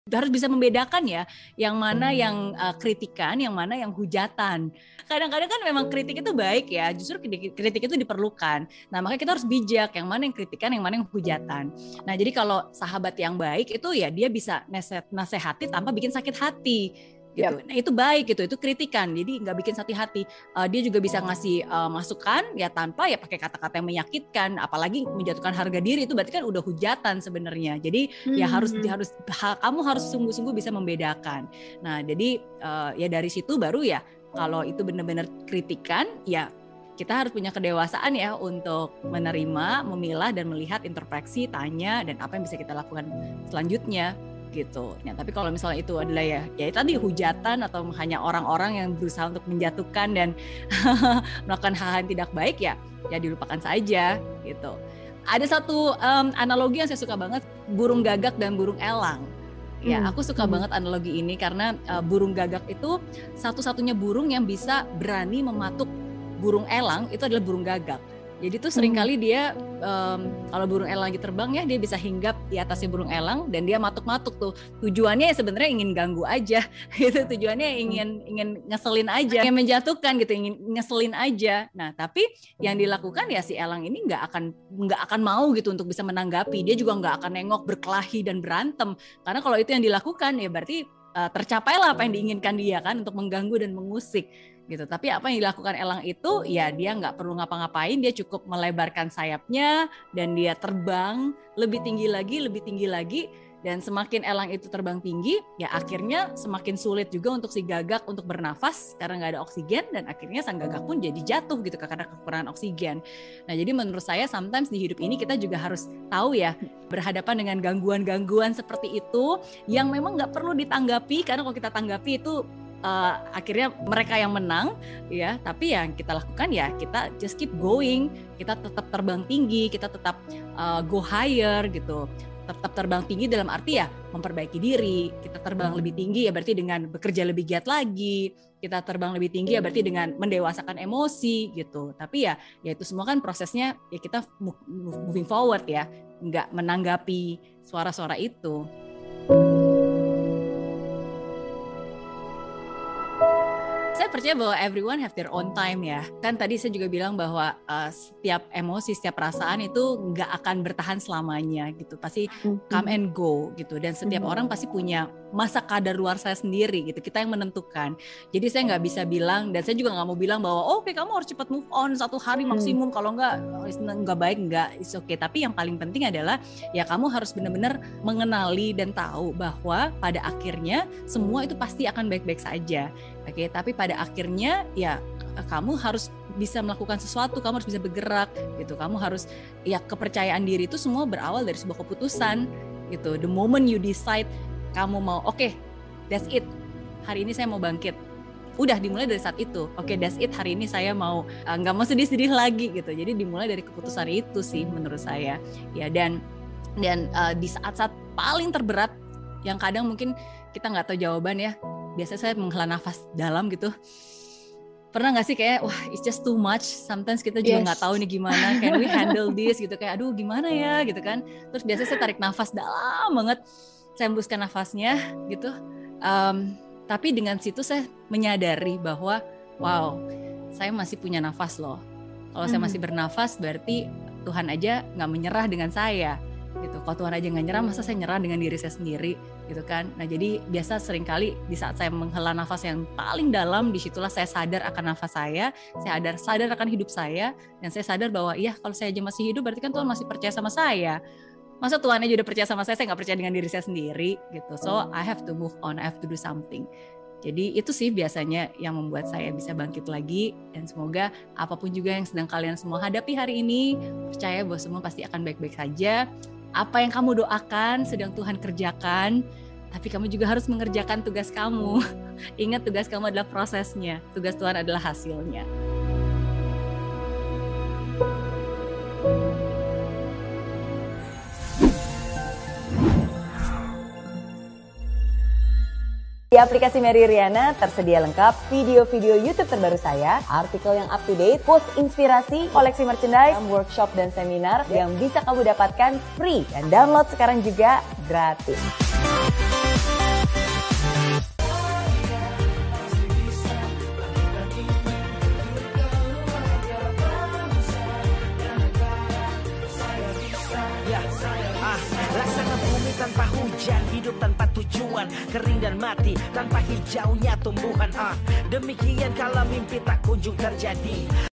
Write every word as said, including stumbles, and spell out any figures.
Harus bisa membedakan ya, yang mana yang uh, kritikan, yang mana yang hujatan. Kadang-kadang kan memang kritik itu baik ya, justru kritik itu diperlukan. Nah makanya kita harus bijak, yang mana yang kritikan, yang mana yang hujatan. Nah jadi kalau sahabat yang baik itu ya dia bisa nasehati tanpa bikin sakit hati. Gitu. Yep. Nah itu baik gitu, itu kritikan, jadi nggak bikin sakit hati. Uh, dia juga bisa ngasih uh, masukan ya tanpa ya pakai kata-kata yang menyakitkan, apalagi menjatuhkan harga diri, itu berarti kan udah hujatan sebenarnya. Jadi hmm. ya harus harus ha, kamu harus sungguh-sungguh bisa membedakan. Nah jadi uh, ya dari situ baru ya kalau itu benar-benar kritikan ya kita harus punya kedewasaan ya untuk menerima, memilah dan melihat, introspeksi, tanya dan apa yang bisa kita lakukan selanjutnya. Gitu. Nah, tapi kalau misalnya itu adalah ya, ya tadi hujatan atau hanya orang-orang yang berusaha untuk menjatuhkan dan melakukan hal-hal yang tidak baik ya, ya dilupakan saja gitu. Ada satu um, analogi yang saya suka banget, burung gagak dan burung elang. Ya, hmm. aku suka hmm. banget analogi ini karena uh, burung gagak itu satu-satunya burung yang bisa berani mematuk burung elang, itu adalah burung gagak. Jadi tuh seringkali dia um, kalau burung elang lagi terbang ya dia bisa hinggap di atasnya burung elang dan dia matuk-matuk tuh. Tujuannya ya sebenarnya ingin ganggu aja. Gitu tujuannya ingin ingin ngeselin aja, ingin menjatuhkan gitu, ingin ngeselin aja. Nah, tapi yang dilakukan ya si elang ini nggak akan nggak akan mau gitu untuk bisa menanggapi. Dia juga nggak akan nengok, berkelahi dan berantem. Karena kalau itu yang dilakukan ya berarti uh, tercapailah apa yang diinginkan dia kan, untuk mengganggu dan mengusik. Gitu. Tapi apa yang dilakukan elang itu ya dia nggak perlu ngapa-ngapain, dia cukup melebarkan sayapnya dan dia terbang lebih tinggi lagi, lebih tinggi lagi, dan semakin elang itu terbang tinggi ya akhirnya semakin sulit juga untuk si gagak untuk bernafas karena nggak ada oksigen, dan akhirnya sang gagak pun jadi jatuh gitu karena kekurangan oksigen. Nah jadi menurut saya sometimes di hidup ini kita juga harus tahu ya berhadapan dengan gangguan-gangguan seperti itu yang memang nggak perlu ditanggapi, karena kalau kita tanggapi itu Uh, akhirnya mereka yang menang ya, tapi yang kita lakukan ya kita just keep going, kita tetap terbang tinggi, kita tetap uh, go higher gitu, tetap terbang tinggi dalam arti ya memperbaiki diri, kita terbang lebih tinggi ya berarti dengan bekerja lebih giat lagi, kita terbang lebih tinggi ya berarti dengan mendewasakan emosi gitu. Tapi ya ya itu semua kan prosesnya ya kita moving forward ya, nggak menanggapi suara-suara itu. Saya percaya bahwa everyone have their own time ya. Kan tadi saya juga bilang bahwa uh, setiap emosi, setiap perasaan itu nggak akan bertahan selamanya gitu. Pasti come and go gitu. Dan setiap orang pasti punya masa kadaluarsa sendiri gitu. Kita yang menentukan. Jadi saya nggak bisa bilang, dan saya juga nggak mau bilang bahwa oh, oke okay, kamu harus cepat move on satu hari maksimum. Kalau nggak nggak baik, nggak it's okay. Tapi yang paling penting adalah ya kamu harus benar-benar mengenali dan tahu bahwa pada akhirnya semua itu pasti akan baik-baik saja. Oke, okay, tapi pada akhirnya ya kamu harus bisa melakukan sesuatu, kamu harus bisa bergerak gitu. Kamu harus ya kepercayaan diri itu semua berawal dari sebuah keputusan gitu. The moment you decide kamu mau oke, okay, that's it. Hari ini saya mau bangkit. Udah dimulai dari saat itu. Oke, okay, that's it. Hari ini saya mau nggak uh, mau sedih-sedih lagi gitu. Jadi dimulai dari keputusan itu sih menurut saya. Ya dan dan uh, di saat-saat paling terberat yang kadang mungkin kita nggak tahu jawaban ya. Biasanya saya menghela nafas dalam gitu. Pernah gak sih kayak wah it's just too much, sometimes kita juga nggak yes. tahu nih gimana, can we handle this gitu, kayak aduh gimana ya gitu kan. Terus biasanya saya tarik nafas dalam banget, saya hembuskan nafasnya gitu. Um, tapi dengan situ saya menyadari bahwa wow saya masih punya nafas loh. Kalau hmm. saya masih bernafas berarti Tuhan aja nggak menyerah dengan saya. Gitu. Kalau Tuhan aja nggak nyerah, masa saya nyerah dengan diri saya sendiri gitu kan. Nah jadi biasa seringkali di saat saya menghela nafas yang paling dalam, disitulah saya sadar akan nafas saya, saya sadar sadar akan hidup saya, dan saya sadar bahwa iya kalau saya aja masih hidup berarti kan Tuhan masih percaya sama saya. Masa Tuhan aja udah percaya sama saya, saya nggak percaya dengan diri saya sendiri gitu. So I have to move on, I have to do something. Jadi itu sih biasanya yang membuat saya bisa bangkit lagi, dan semoga apapun juga yang sedang kalian semua hadapi hari ini, percaya bahwa semua pasti akan baik-baik saja. Apa yang kamu doakan sedang Tuhan kerjakan, tapi kamu juga harus mengerjakan tugas kamu. Ingat, tugas kamu adalah prosesnya, tugas Tuhan adalah hasilnya. Di aplikasi Mary Riana tersedia lengkap video-video YouTube terbaru saya, artikel yang up to date, post inspirasi, koleksi merchandise, workshop dan seminar yang bisa kamu dapatkan free, dan download sekarang juga gratis. Ya, ah, laksana bumi tanpa hujan, hidup tanpa tujuan, kering dan mati tanpa hijaunya tumbuhan. Ah, demikian kalau mimpi tak kunjung terjadi.